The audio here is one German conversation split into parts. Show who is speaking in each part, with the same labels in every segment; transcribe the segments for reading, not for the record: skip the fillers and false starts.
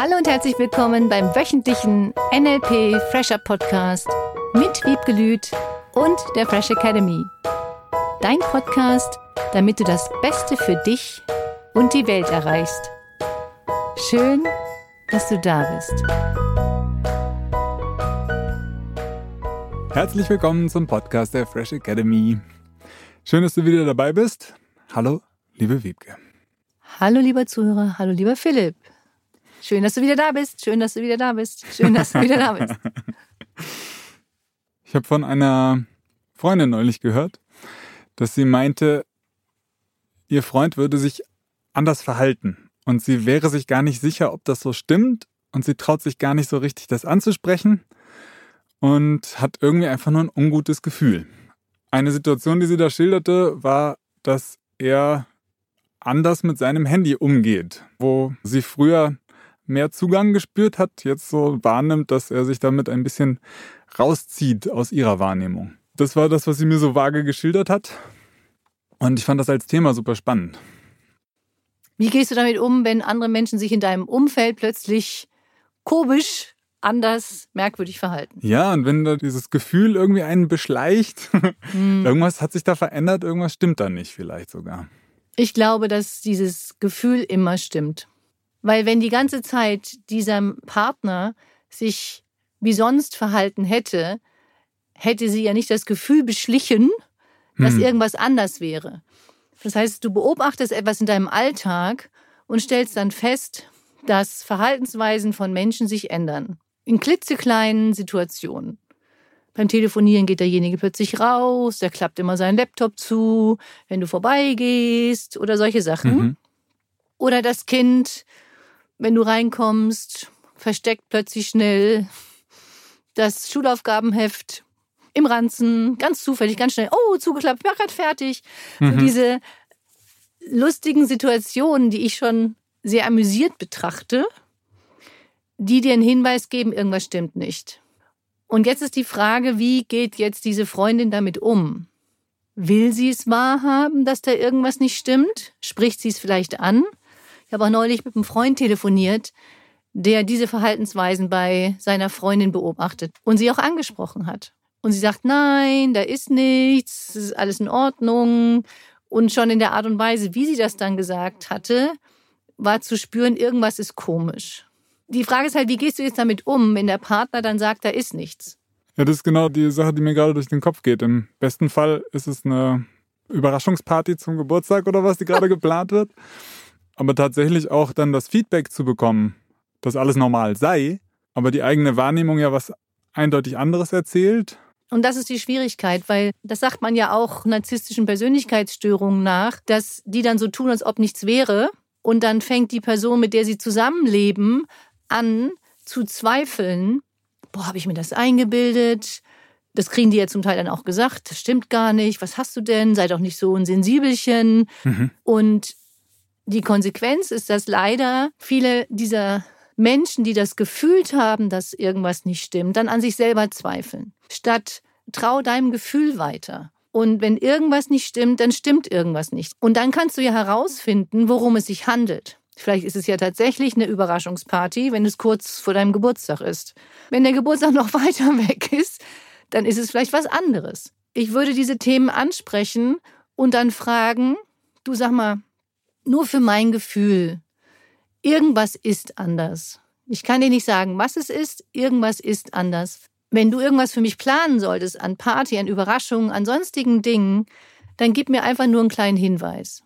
Speaker 1: Hallo und herzlich willkommen beim wöchentlichen NLP Fresher Podcast mit Wiebke Lüth und der Fresh Academy. Dein Podcast, damit du das Beste für dich und die Welt erreichst. Schön, dass du da bist.
Speaker 2: Herzlich willkommen zum Podcast der Fresh Academy. Schön, dass du wieder dabei bist. Hallo, liebe Wiebke.
Speaker 1: Hallo, lieber Zuhörer. Hallo, lieber Philipp. Schön, dass du wieder da bist. Schön, dass du wieder da bist. Schön, dass du wieder da bist.
Speaker 2: Ich habe von einer Freundin neulich gehört, dass sie meinte, ihr Freund würde sich anders verhalten. Und sie wäre sich gar nicht sicher, ob das so stimmt. Und sie traut sich gar nicht so richtig, das anzusprechen. Und hat irgendwie einfach nur ein ungutes Gefühl. Eine Situation, die sie da schilderte, war, dass er anders mit seinem Handy umgeht. Wo sie früher mehr Zugang gespürt hat, jetzt so wahrnimmt, dass er sich damit ein bisschen rauszieht aus ihrer Wahrnehmung. Das war das, was sie mir so vage geschildert hat. Und ich fand das als Thema super spannend.
Speaker 1: Wie gehst du damit um, wenn andere Menschen sich in deinem Umfeld plötzlich komisch, anders, merkwürdig verhalten?
Speaker 2: Ja, und wenn da dieses Gefühl irgendwie einen beschleicht, irgendwas hat sich da verändert, irgendwas stimmt da nicht vielleicht sogar.
Speaker 1: Ich glaube, dass dieses Gefühl immer stimmt. Weil wenn die ganze Zeit dieser Partner sich wie sonst verhalten hätte, hätte sie ja nicht das Gefühl beschlichen, dass irgendwas anders wäre. Das heißt, du beobachtest etwas in deinem Alltag und stellst dann fest, dass Verhaltensweisen von Menschen sich ändern. In klitzekleinen Situationen. Beim Telefonieren geht derjenige plötzlich raus, der klappt immer seinen Laptop zu, wenn du vorbeigehst oder solche Sachen. Oder das Kind, wenn du reinkommst, versteckt plötzlich schnell das Schulaufgabenheft im Ranzen, ganz zufällig, ganz schnell, zugeklappt, ich bin gerade fertig. So diese lustigen Situationen, die ich schon sehr amüsiert betrachte, die dir einen Hinweis geben, irgendwas stimmt nicht. Und jetzt ist die Frage, wie geht jetzt diese Freundin damit um? Will sie es wahrhaben, dass da irgendwas nicht stimmt? Spricht sie es vielleicht an? Ich habe auch neulich mit einem Freund telefoniert, der diese Verhaltensweisen bei seiner Freundin beobachtet und sie auch angesprochen hat. Und sie sagt, nein, da ist nichts, es ist alles in Ordnung. Und schon in der Art und Weise, wie sie das dann gesagt hatte, war zu spüren, irgendwas ist komisch. Die Frage ist halt, wie gehst du jetzt damit um, wenn der Partner dann sagt, da ist nichts?
Speaker 2: Ja, das ist genau die Sache, die mir gerade durch den Kopf geht. Im besten Fall ist es eine Überraschungsparty zum Geburtstag oder was, die gerade geplant wird. Aber tatsächlich auch dann das Feedback zu bekommen, dass alles normal sei, aber die eigene Wahrnehmung ja was eindeutig anderes erzählt.
Speaker 1: Und das ist die Schwierigkeit, weil das sagt man ja auch narzisstischen Persönlichkeitsstörungen nach, dass die dann so tun, als ob nichts wäre. Und dann fängt die Person, mit der sie zusammenleben, an zu zweifeln. Habe ich mir das eingebildet? Das kriegen die ja zum Teil dann auch gesagt. Das stimmt gar nicht. Was hast du denn? Sei doch nicht so ein Sensibelchen. Und die Konsequenz ist, dass leider viele dieser Menschen, die das gefühlt haben, dass irgendwas nicht stimmt, dann an sich selber zweifeln. Statt trau deinem Gefühl weiter. Und wenn irgendwas nicht stimmt, dann stimmt irgendwas nicht. Und dann kannst du ja herausfinden, worum es sich handelt. Vielleicht ist es ja tatsächlich eine Überraschungsparty, wenn es kurz vor deinem Geburtstag ist. Wenn der Geburtstag noch weiter weg ist, dann ist es vielleicht was anderes. Ich würde diese Themen ansprechen und dann fragen, du sag mal, nur für mein Gefühl, irgendwas ist anders. Ich kann dir nicht sagen, was es ist, irgendwas ist anders. Wenn du irgendwas für mich planen solltest, an Party, an Überraschungen, an sonstigen Dingen, dann gib mir einfach nur einen kleinen Hinweis.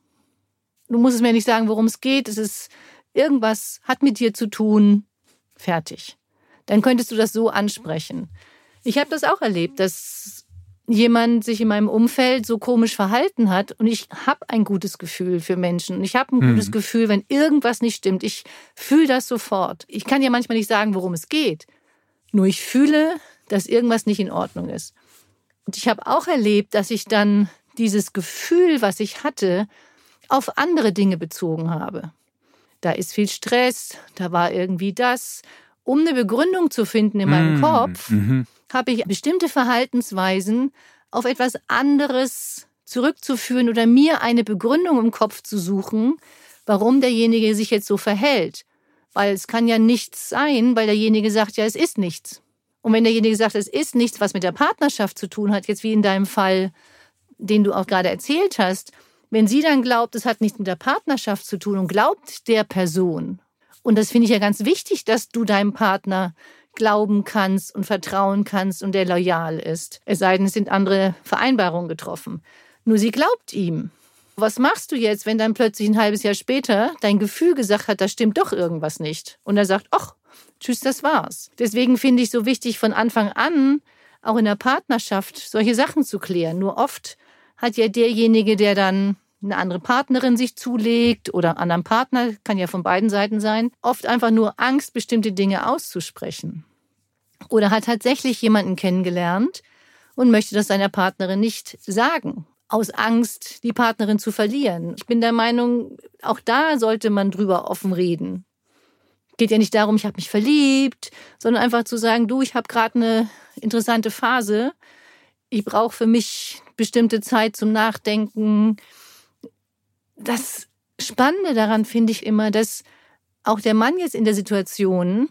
Speaker 1: Du musst es mir nicht sagen, worum es geht. Es ist irgendwas, hat mit dir zu tun. Fertig. Dann könntest du das so ansprechen. Ich habe das auch erlebt, dass jemand sich in meinem Umfeld so komisch verhalten hat und ich habe ein gutes Gefühl für Menschen. Und ich habe ein gutes Gefühl, wenn irgendwas nicht stimmt. Ich fühle das sofort. Ich kann ja manchmal nicht sagen, worum es geht. Nur ich fühle, dass irgendwas nicht in Ordnung ist. Und ich habe auch erlebt, dass ich dann dieses Gefühl, was ich hatte, auf andere Dinge bezogen habe. Da ist viel Stress, da war irgendwie das. Um eine Begründung zu finden in meinem Kopf, habe ich bestimmte Verhaltensweisen auf etwas anderes zurückzuführen oder mir eine Begründung im Kopf zu suchen, warum derjenige sich jetzt so verhält. Weil es kann ja nichts sein, weil derjenige sagt, ja, es ist nichts. Und wenn derjenige sagt, es ist nichts, was mit der Partnerschaft zu tun hat, jetzt wie in deinem Fall, den du auch gerade erzählt hast, wenn sie dann glaubt, es hat nichts mit der Partnerschaft zu tun und glaubt der Person, und das finde ich ja ganz wichtig, dass du deinem Partner glauben kannst und vertrauen kannst und der loyal ist. Es sei denn, es sind andere Vereinbarungen getroffen. Nur sie glaubt ihm. Was machst du jetzt, wenn dann plötzlich ein halbes Jahr später dein Gefühl gesagt hat, da stimmt doch irgendwas nicht? Und er sagt, ach, tschüss, das war's. Deswegen finde ich so wichtig, von Anfang an, auch in der Partnerschaft, solche Sachen zu klären. Nur oft hat ja derjenige, der dann eine andere Partnerin sich zulegt oder einen anderen Partner, kann ja von beiden Seiten sein, oft einfach nur Angst, bestimmte Dinge auszusprechen. Oder hat tatsächlich jemanden kennengelernt und möchte das seiner Partnerin nicht sagen, aus Angst, die Partnerin zu verlieren. Ich bin der Meinung, auch da sollte man drüber offen reden. Geht ja nicht darum, ich habe mich verliebt, sondern einfach zu sagen, du, ich habe gerade eine interessante Phase. Ich brauche für mich bestimmte Zeit zum Nachdenken. Das Spannende daran finde ich immer, dass auch der Mann jetzt in der Situation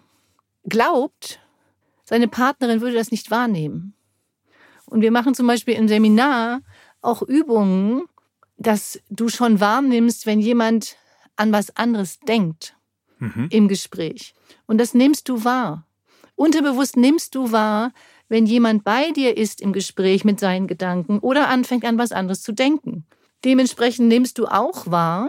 Speaker 1: glaubt, seine Partnerin würde das nicht wahrnehmen. Und wir machen zum Beispiel im Seminar auch Übungen, dass du schon wahrnimmst, wenn jemand an was anderes denkt im Gespräch. Und das nimmst du wahr. Unterbewusst nimmst du wahr, wenn jemand bei dir ist im Gespräch mit seinen Gedanken oder anfängt an was anderes zu denken. Dementsprechend nimmst du auch wahr,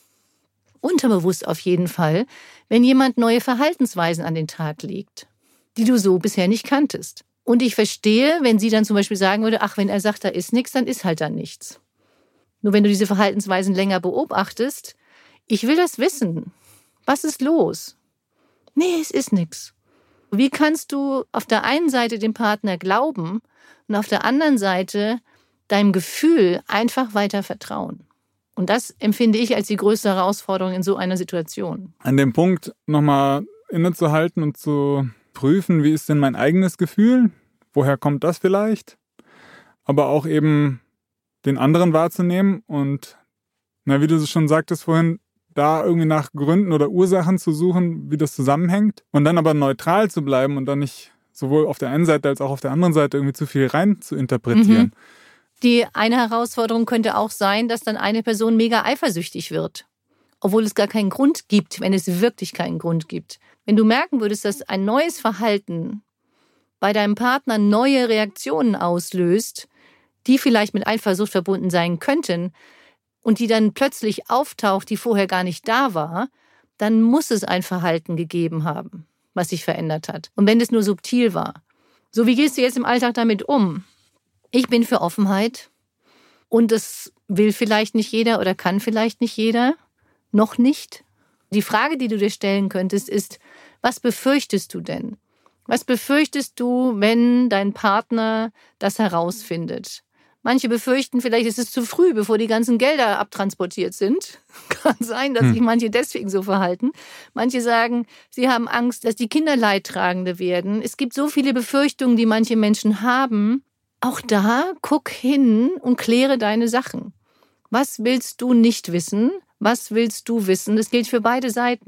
Speaker 1: unterbewusst auf jeden Fall, wenn jemand neue Verhaltensweisen an den Tag legt, die du so bisher nicht kanntest. Und ich verstehe, wenn sie dann zum Beispiel sagen würde, ach, wenn er sagt, da ist nichts, dann ist halt da nichts. Nur wenn du diese Verhaltensweisen länger beobachtest, ich will das wissen. Was ist los? Nee, es ist nichts. Wie kannst du auf der einen Seite dem Partner glauben und auf der anderen Seite deinem Gefühl einfach weiter vertrauen? Und das empfinde ich als die größte Herausforderung in so einer Situation.
Speaker 2: An dem Punkt nochmal innezuhalten und zu prüfen, wie ist denn mein eigenes Gefühl? Woher kommt das vielleicht? Aber auch eben den anderen wahrzunehmen und, wie du es schon sagtest vorhin, da irgendwie nach Gründen oder Ursachen zu suchen, wie das zusammenhängt. Und dann aber neutral zu bleiben und dann nicht sowohl auf der einen Seite als auch auf der anderen Seite irgendwie zu viel rein zu interpretieren.
Speaker 1: Die eine Herausforderung könnte auch sein, dass dann eine Person mega eifersüchtig wird. Obwohl es gar keinen Grund gibt, wenn es wirklich keinen Grund gibt. Wenn du merken würdest, dass ein neues Verhalten bei deinem Partner neue Reaktionen auslöst, die vielleicht mit Eifersucht verbunden sein könnten und die dann plötzlich auftaucht, die vorher gar nicht da war, dann muss es ein Verhalten gegeben haben, was sich verändert hat. Und wenn es nur subtil war. So, wie gehst du jetzt im Alltag damit um? Ich bin für Offenheit und das will vielleicht nicht jeder oder kann vielleicht nicht jeder. Noch nicht. Die Frage, die du dir stellen könntest, ist, was befürchtest du denn? Was befürchtest du, wenn dein Partner das herausfindet? Manche befürchten, vielleicht ist es zu früh, bevor die ganzen Gelder abtransportiert sind. Kann sein, dass sich manche deswegen so verhalten. Manche sagen, sie haben Angst, dass die Kinder Leidtragende werden. Es gibt so viele Befürchtungen, die manche Menschen haben. Auch da, guck hin und kläre deine Sachen. Was willst du nicht wissen? Was willst du wissen? Das gilt für beide Seiten.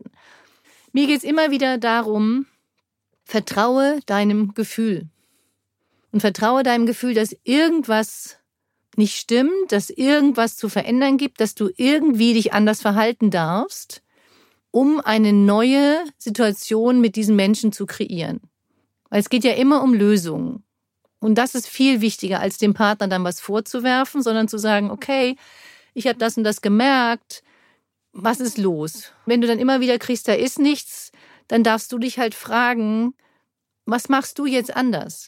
Speaker 1: Mir geht es immer wieder darum, vertraue deinem Gefühl. Und vertraue deinem Gefühl, dass irgendwas nicht stimmt, dass irgendwas zu verändern gibt, dass du irgendwie dich anders verhalten darfst, um eine neue Situation mit diesen Menschen zu kreieren. Weil es geht ja immer um Lösungen. Und das ist viel wichtiger, als dem Partner dann was vorzuwerfen, sondern zu sagen, okay, ich habe das und das gemerkt, was ist los? Wenn du dann immer wieder kriegst, da ist nichts, dann darfst du dich halt fragen, was machst du jetzt anders?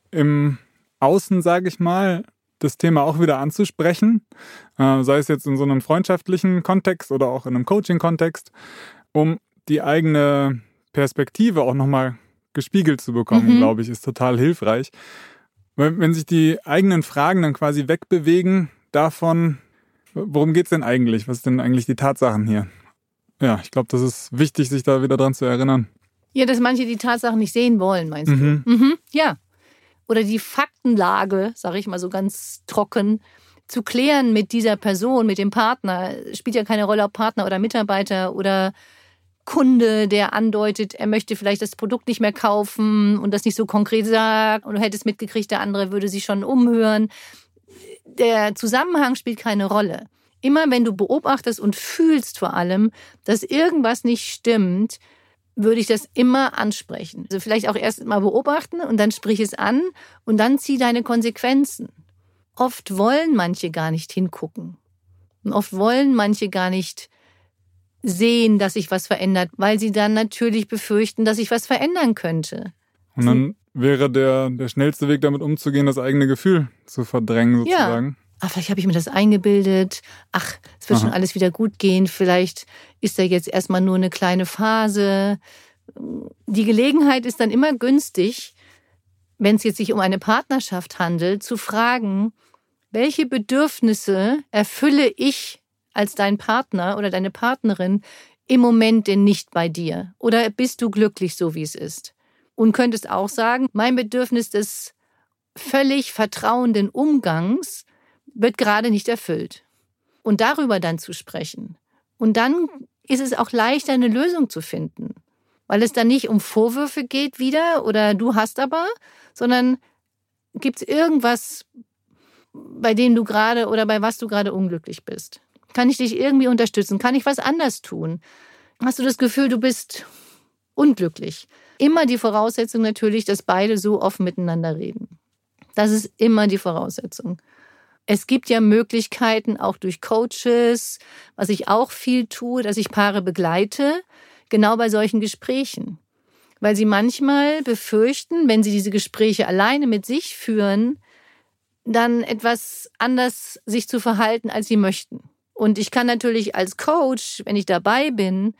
Speaker 2: Im Außen, sage ich mal, das Thema auch wieder anzusprechen, sei es jetzt in so einem freundschaftlichen Kontext oder auch in einem Coaching-Kontext, um die eigene Perspektive auch nochmal gespiegelt zu bekommen, glaube ich, ist total hilfreich. Weil wenn sich die eigenen Fragen dann quasi wegbewegen davon, worum geht's denn eigentlich? Was sind denn eigentlich die Tatsachen hier? Ja, ich glaube, das ist wichtig, sich da wieder dran zu erinnern.
Speaker 1: Ja, dass manche die Tatsachen nicht sehen wollen, meinst du? Ja. Oder die Faktenlage, sage ich mal so ganz trocken, zu klären mit dieser Person, mit dem Partner. Spielt ja keine Rolle, ob Partner oder Mitarbeiter oder Kunde, der andeutet, er möchte vielleicht das Produkt nicht mehr kaufen und das nicht so konkret sagt und du hättest mitgekriegt, der andere würde sich schon umhören. Der Zusammenhang spielt keine Rolle. Immer wenn du beobachtest und fühlst vor allem, dass irgendwas nicht stimmt, würde ich das immer ansprechen. Also vielleicht auch erst mal beobachten und dann sprich es an und dann zieh deine Konsequenzen. Oft wollen manche gar nicht hingucken. Und oft wollen manche gar nicht sehen, dass sich was verändert, weil sie dann natürlich befürchten, dass sich was verändern könnte.
Speaker 2: Und dann wäre der schnellste Weg, damit umzugehen, das eigene Gefühl zu verdrängen sozusagen.
Speaker 1: Ja. Vielleicht habe ich mir das eingebildet. Es wird schon alles wieder gut gehen. Vielleicht ist da jetzt erstmal nur eine kleine Phase. Die Gelegenheit ist dann immer günstig, wenn es jetzt sich um eine Partnerschaft handelt, zu fragen, welche Bedürfnisse erfülle ich als dein Partner oder deine Partnerin im Moment denn nicht bei dir? Oder bist du glücklich, so wie es ist? Und könntest auch sagen, mein Bedürfnis des völlig vertrauenden Umgangs wird gerade nicht erfüllt. Und darüber dann zu sprechen. Und dann ist es auch leichter, eine Lösung zu finden. Weil es dann nicht um Vorwürfe geht wieder oder du hast aber, sondern gibt es irgendwas, bei dem du gerade oder bei was du gerade unglücklich bist? Kann ich dich irgendwie unterstützen? Kann ich was anders tun? Hast du das Gefühl, du bist unglücklich? Immer die Voraussetzung natürlich, dass beide so offen miteinander reden. Das ist immer die Voraussetzung. Es gibt ja Möglichkeiten, auch durch Coaches, was ich auch viel tue, dass ich Paare begleite, genau bei solchen Gesprächen. Weil sie manchmal befürchten, wenn sie diese Gespräche alleine mit sich führen, dann etwas anders sich zu verhalten, als sie möchten. Und ich kann natürlich als Coach, wenn ich dabei bin,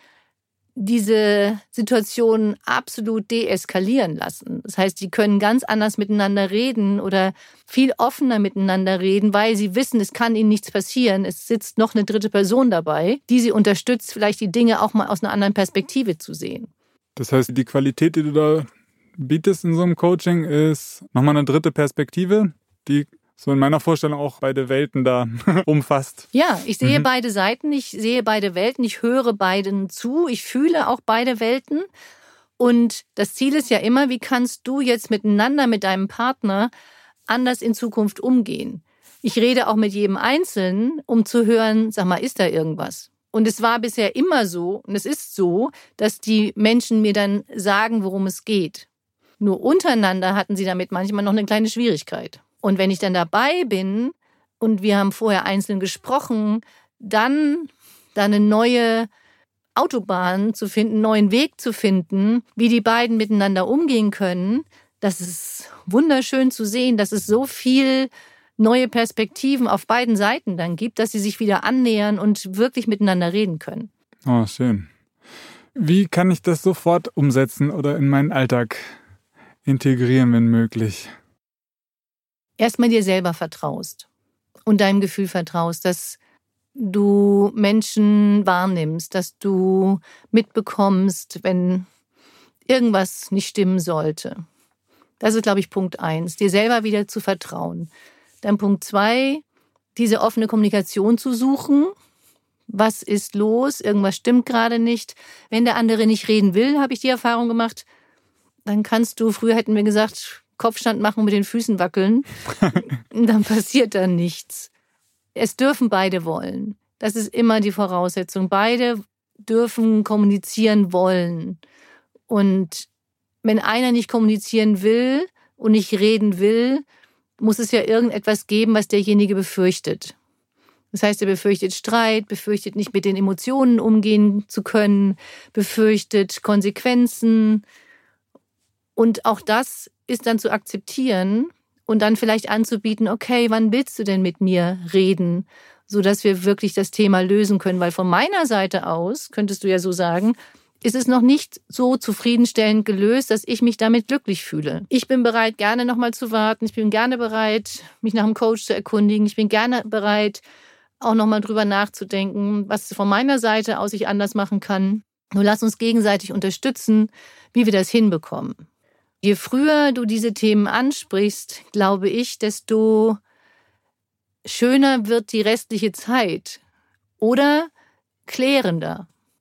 Speaker 1: diese Situation absolut deeskalieren lassen. Das heißt, die können ganz anders miteinander reden oder viel offener miteinander reden, weil sie wissen, es kann ihnen nichts passieren. Es sitzt noch eine dritte Person dabei, die sie unterstützt, vielleicht die Dinge auch mal aus einer anderen Perspektive zu sehen.
Speaker 2: Das heißt, die Qualität, die du da bietest in so einem Coaching, ist nochmal eine dritte Perspektive, die so in meiner Vorstellung auch beide Welten da umfasst.
Speaker 1: Ja, ich sehe beide Seiten, ich sehe beide Welten, ich höre beiden zu, ich fühle auch beide Welten. Und das Ziel ist ja immer, wie kannst du jetzt miteinander, mit deinem Partner anders in Zukunft umgehen? Ich rede auch mit jedem Einzelnen, um zu hören, sag mal, ist da irgendwas? Und es war bisher immer so, und es ist so, dass die Menschen mir dann sagen, worum es geht. Nur untereinander hatten sie damit manchmal noch eine kleine Schwierigkeit. Und wenn ich dann dabei bin und wir haben vorher einzeln gesprochen, dann eine neue Autobahn zu finden, einen neuen Weg zu finden, wie die beiden miteinander umgehen können, das ist wunderschön zu sehen, dass es so viel neue Perspektiven auf beiden Seiten dann gibt, dass sie sich wieder annähern und wirklich miteinander reden können.
Speaker 2: Oh, schön. Wie kann ich das sofort umsetzen oder in meinen Alltag integrieren, wenn möglich?
Speaker 1: Erstmal dir selber vertraust und deinem Gefühl vertraust, dass du Menschen wahrnimmst, dass du mitbekommst, wenn irgendwas nicht stimmen sollte. Das ist, glaube ich, Punkt 1, dir selber wieder zu vertrauen. Dann Punkt 2, diese offene Kommunikation zu suchen. Was ist los? Irgendwas stimmt gerade nicht. Wenn der andere nicht reden will, habe ich die Erfahrung gemacht, dann kannst du, früher hätten wir gesagt, Kopfstand machen und mit den Füßen wackeln. Dann passiert da nichts. Es dürfen beide wollen. Das ist immer die Voraussetzung. Beide dürfen kommunizieren wollen. Und wenn einer nicht kommunizieren will und nicht reden will, muss es ja irgendetwas geben, was derjenige befürchtet. Das heißt, er befürchtet Streit, befürchtet nicht mit den Emotionen umgehen zu können, befürchtet Konsequenzen. Und auch das ist dann zu akzeptieren und dann vielleicht anzubieten, okay, wann willst du denn mit mir reden, sodass wir wirklich das Thema lösen können? Weil von meiner Seite aus, könntest du ja so sagen, ist es noch nicht so zufriedenstellend gelöst, dass ich mich damit glücklich fühle. Ich bin bereit, gerne nochmal zu warten. Ich bin gerne bereit, mich nach einem Coach zu erkundigen. Ich bin gerne bereit, auch nochmal drüber nachzudenken, was von meiner Seite aus ich anders machen kann. Nur lass uns gegenseitig unterstützen, wie wir das hinbekommen. Je früher du diese Themen ansprichst, glaube ich, desto schöner wird die restliche Zeit oder klärender.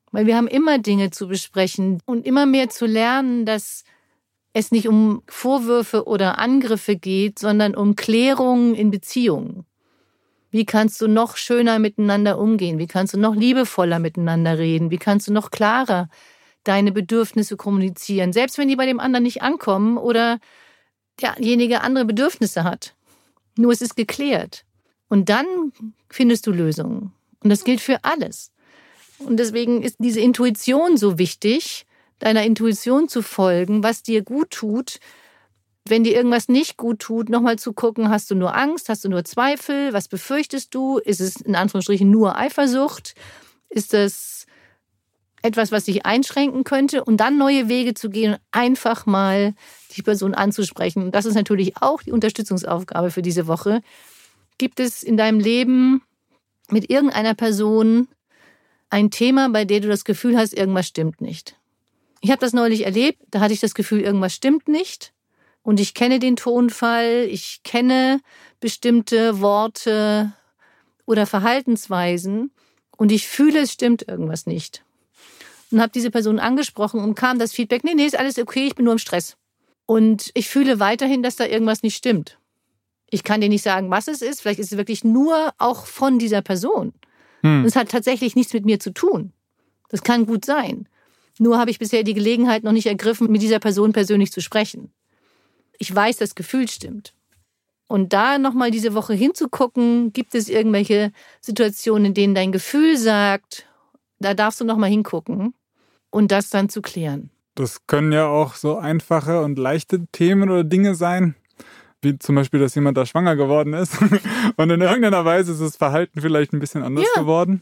Speaker 1: Weil wir haben immer Dinge zu besprechen und immer mehr zu lernen, dass es nicht um Vorwürfe oder Angriffe geht, sondern um Klärungen in Beziehungen. Wie kannst du noch schöner miteinander umgehen? Wie kannst du noch liebevoller miteinander reden? Wie kannst du noch klarer deine Bedürfnisse kommunizieren? Selbst wenn die bei dem anderen nicht ankommen oder derjenige andere Bedürfnisse hat. Nur es ist geklärt. Und dann findest du Lösungen. Und das gilt für alles. Und deswegen ist diese Intuition so wichtig, deiner Intuition zu folgen, was dir gut tut. Wenn dir irgendwas nicht gut tut, nochmal zu gucken, hast du nur Angst, hast du nur Zweifel, was befürchtest du? Ist es in Anführungsstrichen nur Eifersucht? Ist das etwas, was dich einschränken könnte? Und dann neue Wege zu gehen und einfach mal die Person anzusprechen. Und das ist natürlich auch die Unterstützungsaufgabe für diese Woche. Gibt es in deinem Leben mit irgendeiner Person ein Thema, bei dem du das Gefühl hast, irgendwas stimmt nicht? Ich habe das neulich erlebt, da hatte ich das Gefühl, irgendwas stimmt nicht. Und ich kenne den Tonfall, ich kenne bestimmte Worte oder Verhaltensweisen und ich fühle, es stimmt irgendwas nicht. Und habe diese Person angesprochen und kam das Feedback, nee, ist alles okay, ich bin nur im Stress. Und ich fühle weiterhin, dass da irgendwas nicht stimmt. Ich kann dir nicht sagen, was es ist, vielleicht ist es wirklich nur auch von dieser Person. Und es hat tatsächlich nichts mit mir zu tun. Das kann gut sein. Nur habe ich bisher die Gelegenheit noch nicht ergriffen, mit dieser Person persönlich zu sprechen. Ich weiß, das Gefühl stimmt. Und da nochmal diese Woche hinzugucken, gibt es irgendwelche Situationen, in denen dein Gefühl sagt, da darfst du nochmal hingucken und das dann zu klären.
Speaker 2: Das können ja auch so einfache und leichte Themen oder Dinge sein, wie zum Beispiel, dass jemand da schwanger geworden ist und in irgendeiner Weise ist das Verhalten vielleicht ein bisschen anders geworden.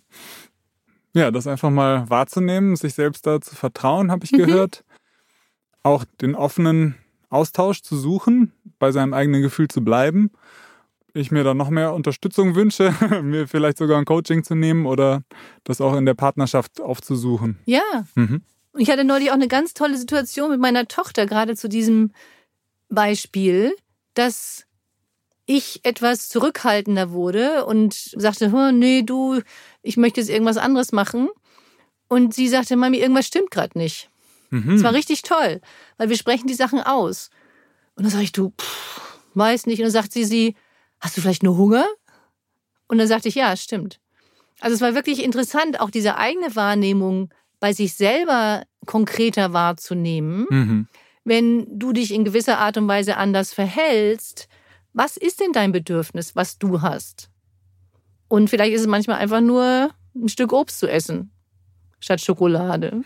Speaker 2: Ja, das einfach mal wahrzunehmen, sich selbst da zu vertrauen, habe ich gehört. Auch den offenen Austausch zu suchen, bei seinem eigenen Gefühl zu bleiben. Ich mir dann noch mehr Unterstützung wünsche, mir vielleicht sogar ein Coaching zu nehmen oder das auch in der Partnerschaft aufzusuchen.
Speaker 1: Ja. Und ich hatte neulich auch eine ganz tolle Situation mit meiner Tochter, gerade zu diesem Beispiel, dass ich etwas zurückhaltender wurde und sagte, nee, du, ich möchte jetzt irgendwas anderes machen. Und sie sagte, Mami, irgendwas stimmt gerade nicht. Das war richtig toll, weil wir sprechen die Sachen aus. Und dann sage ich, du, weiß nicht. Und dann sagt sie, hast du vielleicht nur Hunger? Und dann sagte ich, ja, stimmt. Also es war wirklich interessant, auch diese eigene Wahrnehmung bei sich selber konkreter wahrzunehmen. Wenn du dich in gewisser Art und Weise anders verhältst, was ist denn dein Bedürfnis, was du hast? Und vielleicht ist es manchmal einfach nur ein Stück Obst zu essen, statt Schokolade.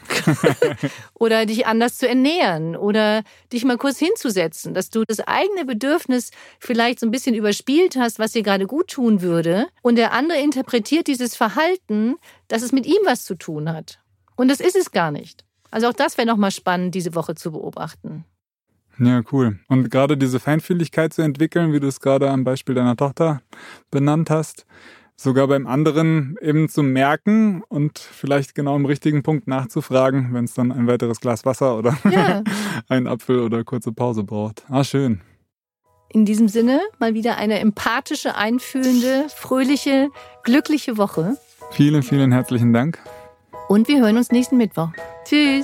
Speaker 1: Oder dich anders zu ernähren oder dich mal kurz hinzusetzen, dass du das eigene Bedürfnis vielleicht so ein bisschen überspielt hast, was dir gerade gut tun würde. Und der andere interpretiert dieses Verhalten, dass es mit ihm was zu tun hat. Und das ist es gar nicht. Also auch das wäre nochmal spannend, diese Woche zu beobachten.
Speaker 2: Ja, cool. Und gerade diese Feinfühligkeit zu entwickeln, wie du es gerade am Beispiel deiner Tochter benannt hast, sogar beim anderen eben zu merken und vielleicht genau im richtigen Punkt nachzufragen, wenn es dann ein weiteres Glas Wasser oder ein Apfel oder kurze Pause braucht. Schön.
Speaker 1: In diesem Sinne mal wieder eine empathische, einfühlende, fröhliche, glückliche Woche.
Speaker 2: Vielen, vielen herzlichen Dank.
Speaker 1: Und wir hören uns nächsten Mittwoch. Tschüss.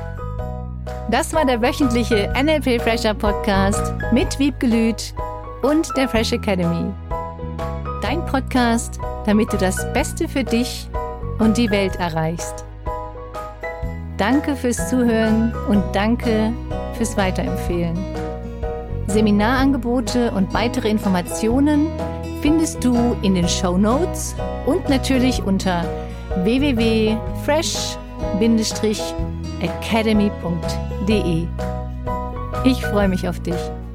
Speaker 1: Das war der wöchentliche NLP Fresher Podcast mit Wiebke Lüth und der Fresh Academy. Dein Podcast, damit du das Beste für dich und die Welt erreichst. Danke fürs Zuhören und danke fürs Weiterempfehlen. Seminarangebote und weitere Informationen findest du in den Shownotes und natürlich unter www.fresh-academy.de. Ich freue mich auf dich.